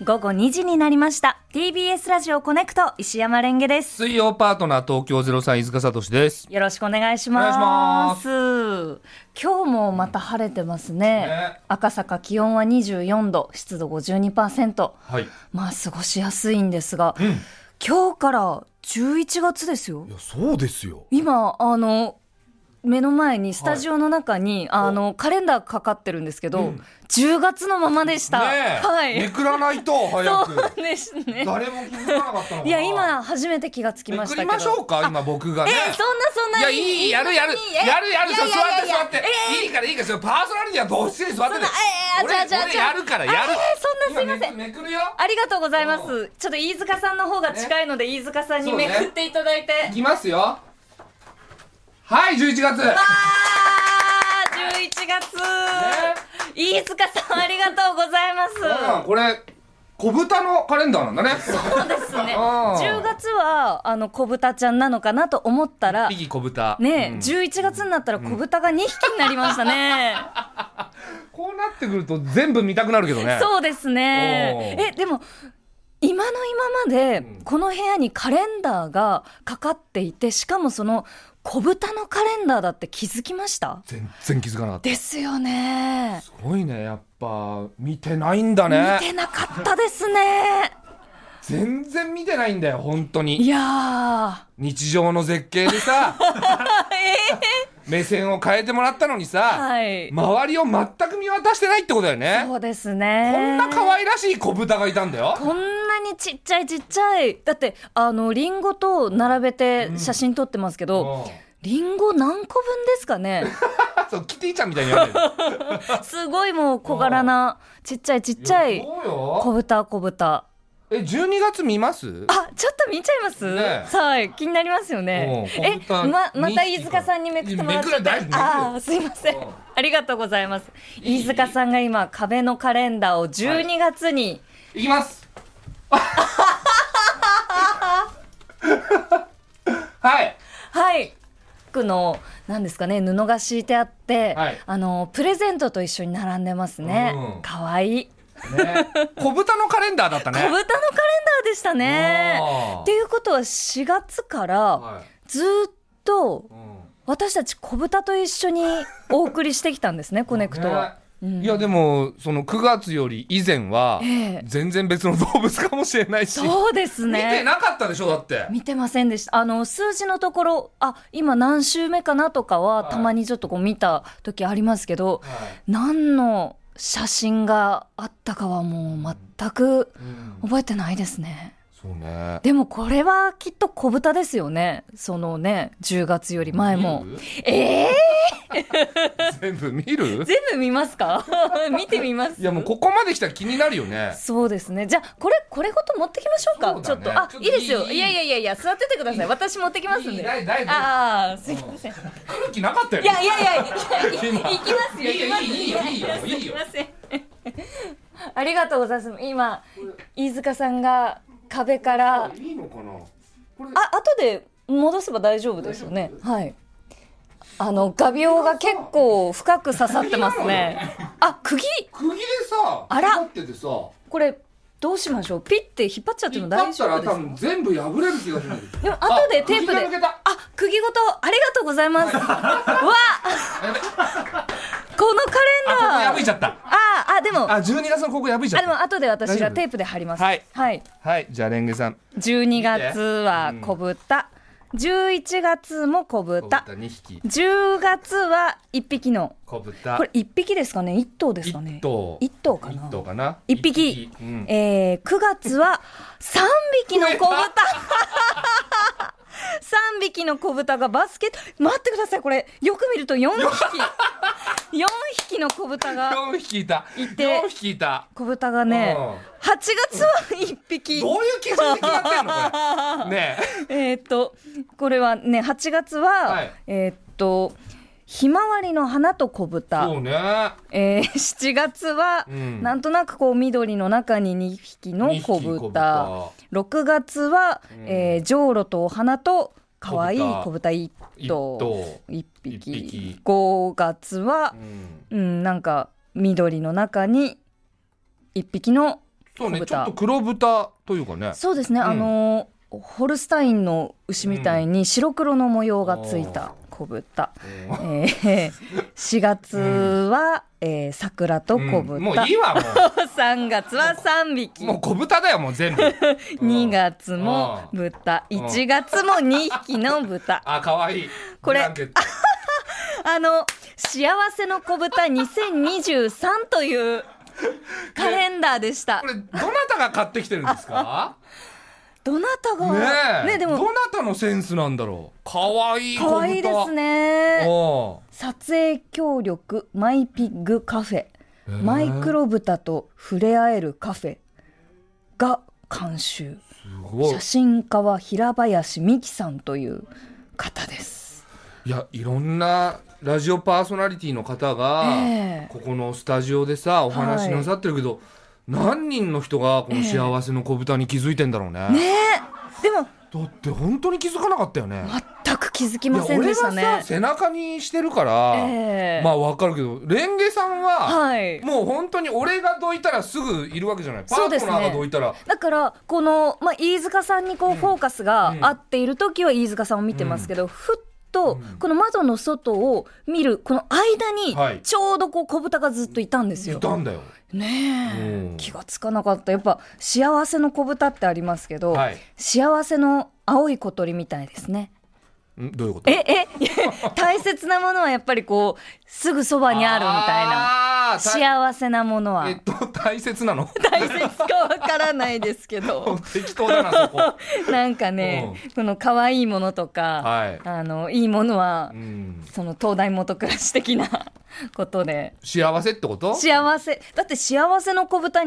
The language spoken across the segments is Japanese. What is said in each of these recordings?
午後2時になりました。 TBS ラジオコネクト、石山レンゲです。 水曜パートナー東京03飯塚聡です。 よろしくお願いします。今日もまた晴れてますね。赤坂気温は24度、湿度 52%、 はい、 まあ過ごしやすいんですが、今日から11月ですよ。 いやそうですよ。 今目の前にスタジオの中に、カレンダーかかってるんですけど、10月のままでした。 はい、めくらないと早く。 そうですね。 誰も気づかなかったのかな。 いや今初めて気がつきましたけど。 めくりましょうか今僕がね。 そんな。 いやいいやる座っていいからパーソナリティはどっしり座ってて。俺やるからやる。 そんなすいません。 めくるよ。 ありがとうございます。ちょっと飯塚さんの方が近いので、飯塚さんにめくっていただいて。 いきますよ。はい、11月。 11月、飯塚さんありがとうございます。 これ小豚のカレンダーなんだね。 そうですね。10月は小豚ちゃんなのかなと思ったら、 1匹小豚ね、11月になったら小豚が2匹になりましたね。 こうなってくると全部見たくなるけどね。 そうですね。でも今の今までこの部屋にカレンダーがかかっていて、しかもその小豚のカレンダーだって気づきました？ 全然気づかなかった。 ですよね。 すごいね、やっぱ見てないんだね。 見てなかったですね。 全然見てないんだよ本当に。 いや日常の絶景でさ、目線を変えてもらったのにさ、周りを全く見渡してないってことだよね。 そうですね。 こんな可愛らしい小豚がいたんだよ。 こんなにちっちゃいだってリンゴと並べて写真撮ってますけど、リンゴ何個分ですかね。 そうキティちゃんみたいに言われる。 すごいもう小柄なちっちゃい小豚。 12月見ます？ ちょっと見ちゃいます？はい、気になりますよね。また飯塚さんにめくってもらっちゃって。すいません。ありがとうございます。飯塚さんが今壁のカレンダーを12月に、 いきます。はいの何ですかね、布が敷いてあって、プレゼントと一緒に並んでますね。かわいい。 小豚のカレンダーだったね。 小豚のカレンダーでしたね。っていうことは4月からずっと私たち小豚と一緒にお送りしてきたんですね、コネクトは。 いやでもその9月より以前は全然別の動物かもしれないし。 そうですね。 見てなかったでしょ。だって見てませんでした。数字のところ、今何週目かなとかはたまにちょっとこう見た時ありますけど、何の写真があったかはもう全く覚えてないですね。 そうね。 でもこれはきっと小豚ですよね。そのね、10月より前も。 全部見る？ 全部見ますか？見てみます。 いやもうここまで来たら気になるよね。 そうですね。じゃあこれごと持ってきましょうか。ちょっといいですよ。いや座っててください。私持ってきますんで。すいません。 来る気なかったよ。 いや行きますよ。 いいよ。 すいません。ありがとうございます。今飯塚さんが壁からいいのかな。これ後で戻せば大丈夫ですよね。はい。画鋲が結構深く刺さってますね。釘でさ、引っ張っててさ、 これどうしましょう。ピッて引っ張っちゃっても大丈夫ですか？ 引っ張ったら多分全部破れる気がするんだけど。 でも後でテープで。釘ごとありがとうございます。わこのカレンダー破いちゃった。 でも 12月のここ破いちゃった。 でも後で私がテープで貼ります。 はい、じゃあレンゲさん。 12月は小豚、11月も小豚、10月は1匹の小豚。 これ1匹ですかね、1頭ですかね。1頭かな。1匹。9月は3匹の小豚。3匹の小豚がバスケット、待ってください、これよく見ると4匹の小豚が 4匹いた。4匹いた。 小豚がね、8月は1匹。 どういう基準で決まってんのこれね。 これはね、8月はひまわりの花と小豚。 そうね。 7月は、なんとなくこう緑の中に2匹の小豚。6月は、じょうろとお花と可愛い小豚1匹。5月は、なんか緑の中に1匹のそうね、ちょっと黒豚というかね。 そうですね、ホルスタインの牛みたいに白黒の模様がついた子豚、4月は、桜と子豚、 もういいわもう 3月は3匹、 もう子豚だよもう全部 2月も豚、1月も2匹の豚。 あ、かわいい。 これ幸せの子豚2023というカレンダーでした。 これどなたが買ってきてるんですか？ どなたがね、 でもどなたのセンスなんだろう。かわいい子豚。 かわいいですね。撮影協力マイピッグカフェ、マイクロ豚と触れ合えるカフェが監修、写真家は平林美希さんという方です。 いや、いろんなラジオパーソナリティの方が、ここのスタジオでさお話しなさってるけど、何人の人がこの幸せの子豚に気づいてんだろうね。 でもだって本当に気づかなかったよね。 全く気づきませんでしたね。 俺はさ背中にしてるから、まあわかるけど、レンゲさんは、もう本当に俺がどいたらすぐいるわけじゃない。パートナーがどいたら、 だからこの、飯塚さんにこうフォーカスが合っている時は飯塚さんを見てますけど、ふっとこの窓の外を見るこの間にちょうどこう子豚がずっといたんですよ。 いたんだよね。気がつかなかった。やっぱ幸せの子豚ってありますけど、幸せの青い小鳥みたいですね。 どういうこと？ 大切なものはやっぱりこうすぐそばにあるみたいな。幸せなものは大切なの？ 大切かわからないですけど適当だなそこ。 なんかね、この可愛いものとか、いいものは、その東大元暮らし的なことで幸せってこと？ 幸せだって幸せの子豚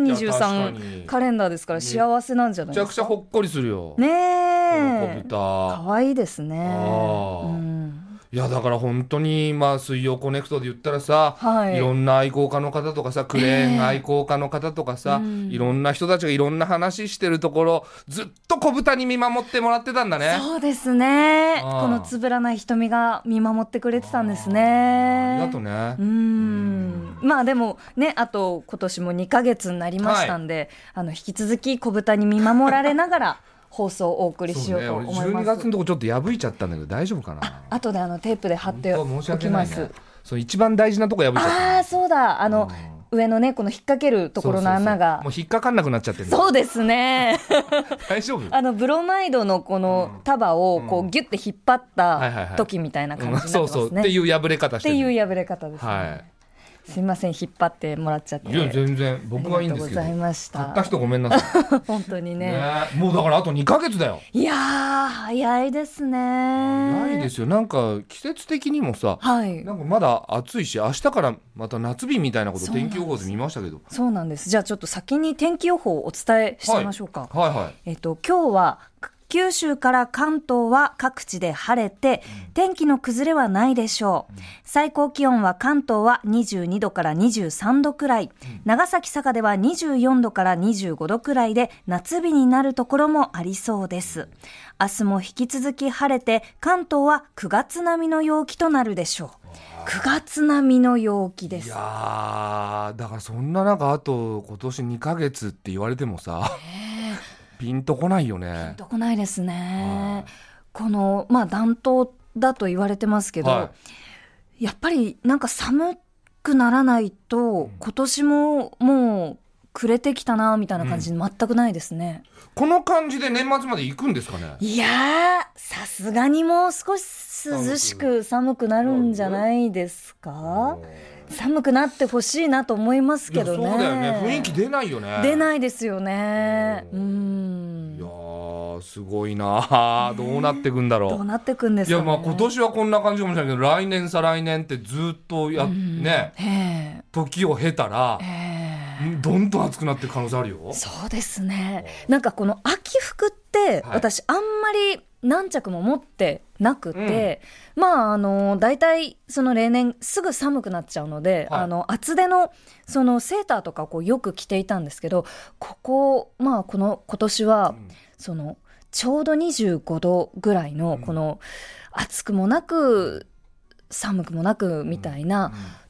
2023カレンダーですから幸せなんじゃないですか。 めちゃくちゃほっこりするよねえ。 この子豚可愛いですね。 いやだから本当に水曜コネクトで言ったらさ、いろんな愛好家の方とかさ、クレーン愛好家の方とかさ、いろんな人たちがいろんな話してるところずっと子豚に見守ってもらってたんだね。 そうですね。このつぶらない瞳が見守ってくれてたんですね。 ありがとうね。 でもね、あと今年も2ヶ月になりましたんで、引き続き子豚に見守られながら放送をお送りしようと思います。 12月のとこちょっと破いちゃったんだけど大丈夫かな。 後でテープで貼っておきます。 そう一番大事なとこ破いちゃった。 そうだ、上のねこの引っ掛けるところの穴がもう引っかかんなくなっちゃってる。 そうですね。 大丈夫？ ブロマイドのこの束をこうギュッて引っ張った時みたいな感じになってますね。 っていう破れ方してる。 っていう破れ方ですね。すいません、引っ張ってもらっちゃって。 いや全然僕はいいんですけど。ありがとうございました。買った人ごめんなさい。 本当にね。 もうだからあと2ヶ月だよ。 いやー早いですね。 早いですよ。なんか季節的にもさ、なんかまだ暑いし、明日からまた夏日みたいなこと天気予報で見ましたけど。 そうなんです。じゃあちょっと先に天気予報をお伝えしてみましょうか。今日は九州から関東は各地で晴れて、天気の崩れはないでしょう。最高気温は関東は22度から23度くらい、長崎佐賀では24度から25度くらいで夏日になるところもありそうです。明日も引き続き晴れて、関東は9月並みの陽気となるでしょう。9月並みの陽気です。 いやだからそんな中あと今年2ヶ月って言われてもさ、ピンとこないよね。 ピンとこないですね。この暖冬だと言われてますけど、やっぱりなんか寒くならないと、今年ももう暮れてきたなみたいな感じ全くないですね。 この感じで年末まで行くんですかね。 いやーさすがにもう少し涼しく寒くなるんじゃないですか。寒くなってほしいなと思いますけどね。 そうだよね。雰囲気出ないよね。 出ないですよね。 いやすごいな。どうなってくんだろう。 どうなってくんですかね。 いや今年はこんな感じかもしれないけど、来年再来年ってずっと時を経たら、どんどん暑くなってる可能性あるよ。 そうですね。なんかこの秋服って、私あんまり何着も持ってなくて、だいたいその例年すぐ寒くなっちゃうので、厚手のそのセーターとかよく着ていたんですけど、この今年はそのちょうど25度ぐらいのこの暑くもなく寒くもなくみたいな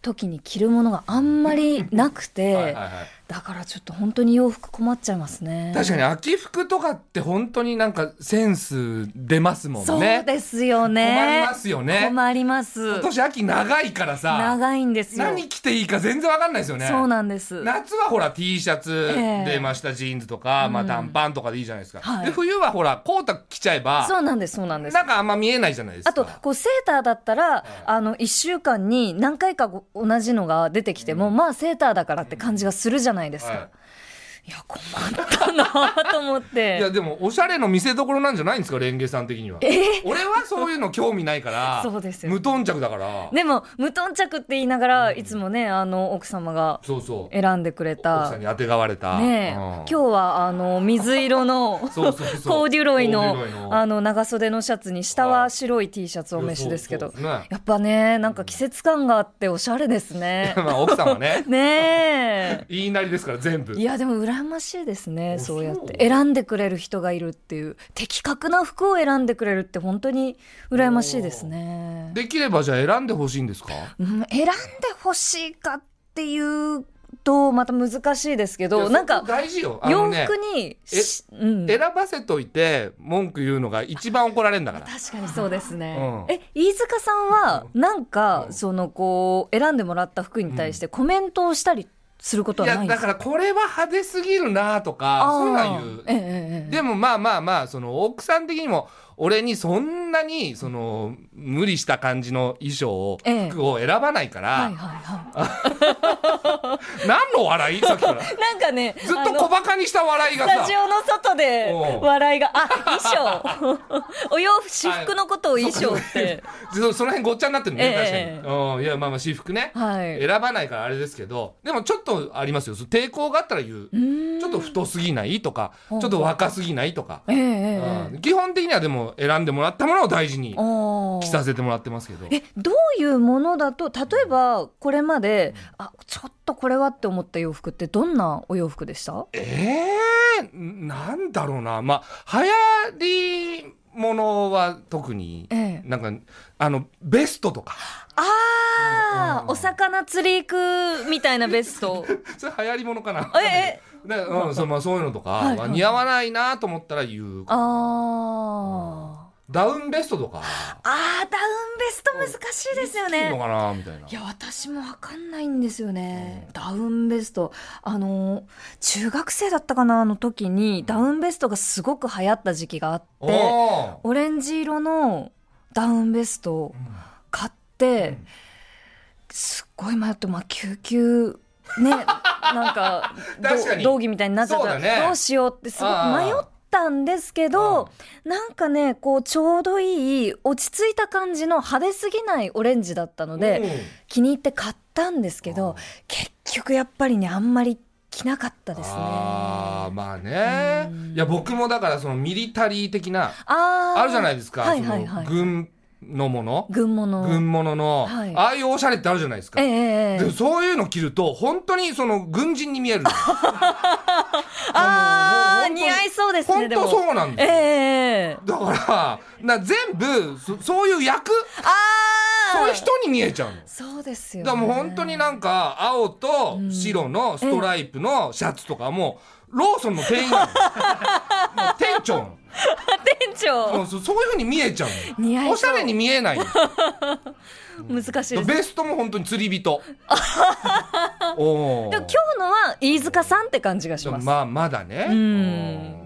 時に着るものがあんまりなくてはいはい、はい、だからちょっと本当に洋服困っちゃいますね。 確かに秋服とかって本当になんかセンス出ますもんね。 そうですよね。 困りますよね。 困ります。 今年秋長いからさ、 長いんですよ。 何着ていいか全然わかんないですよね。 そうなんです。 夏はほら T シャツでましたジーンズとか、まあ、短パンとかでいいじゃないですか、はい、で冬はほらコート着ちゃえばそうなんです、そうなんです。 なんかあんま見えないじゃないですか。 あとこうセーターだったら、1週間に何回か同じのが出てきても、まあセーターだからって感じがするじゃないですか、はい、いや困ったなと思っていやでもおしゃれの見せ所なんじゃないんですか、レンゲさん的には。俺はそういうの興味ないからそうですよ、無頓着だから。 でも無頓着って言いながら、いつもね奥様が選んんでくれた、 奥さんにあてがわれた、 ね、今日は水色のコーデュロイの長袖のシャツに下は白い T シャツお召しですけど、やっぱねなんか季節感があっておしゃれですねまあ奥さんはねね言いなりですから全部。 いやでも羨ましいですね。そうやって選んでくれる人がいるっていう、的確な服を選んでくれるって本当に羨ましいですね。 できればじゃあ選んでほしいんですか？ 選んでほしいかっていうとまた難しいですけど、なんか大事よ、 洋服に、 選ばせといて文句言うのが一番怒られるんだから。 確かにそうですね、飯塚さんはなんか、そのこう選んでもらった服に対してコメントをしたりすることはないんですか？ いやだからこれは派手すぎるなとかそういうのは言う、でもまあまあまあその奥さん的にも俺にそんなにその無理した感じの衣装を、服を選ばないから、何の笑いさっきからなんかねずっと小バカにした笑いがさ、 スタジオの外で笑いが衣装お洋服私服のことを衣装ってその辺ごっちゃになってるね、確かに、いやまあまあ私服ね、選ばないからあれですけど、でもちょっとありますよ、抵抗があったら言う。ちょっと太すぎないとかちょっと若すぎないとか、基本的にはでも選んでもらったものを大事に着させてもらってますけど。 どういうものだと、例えばこれまでちょっとこれはって思った洋服ってどんなお洋服でした？ なんだろうな、まあ流行りものは特に、なんかベストとか、 お魚釣り行くみたいなベストそれ流行りものかなそういうのとかは似合わないなと思ったら言う。ダウンベストとか、 ダウンベスト難しいですよね。 いいのかなみたいな。 いや私も分かんないんですよね、ダウンベスト。中学生だったかなの時にダウンベストがすごく流行った時期があって、オレンジ色のダウンベストを買って、すっごい迷って、救急ねなんか道着みたいになっちゃったらどうしようってすごく迷ったんですけど、なんかねこうちょうどいい落ち着いた感じの派手すぎないオレンジだったので、気に入って買ったんですけど、結局やっぱりねあんまり着なかったですね。 まあね、いや僕もだからそのミリタリー的なあるじゃないですか、軍のもの、軍物の、ああいうおしゃれってあるじゃないですか、でそういうの着ると本当にその軍人に見える似合いそうですね。 本当そうなんですよ、だから全部そういう役、そういう人に見えちゃうの。 そうですよ、ね、 だからもう本当になんか青と白のストライプのシャツとかもローソンの店員なの店長のそういう風に見えちゃうの。おしゃれに見えない難しいです。 ベストも本当に釣り人でも今日のは飯塚さんって感じがします。 まだね。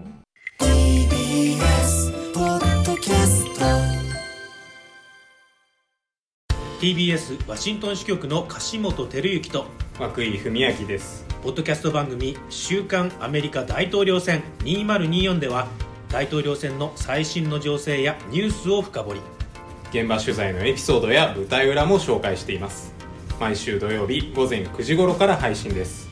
TBS ワシントン支局の樫本照之と涌井文明です。 ポッドキャスト番組週刊アメリカ大統領選2024では大統領選の最新の情勢やニュースを深掘り、 現場取材のエピソードや舞台裏も紹介しています。毎週土曜日午前9時頃から配信です。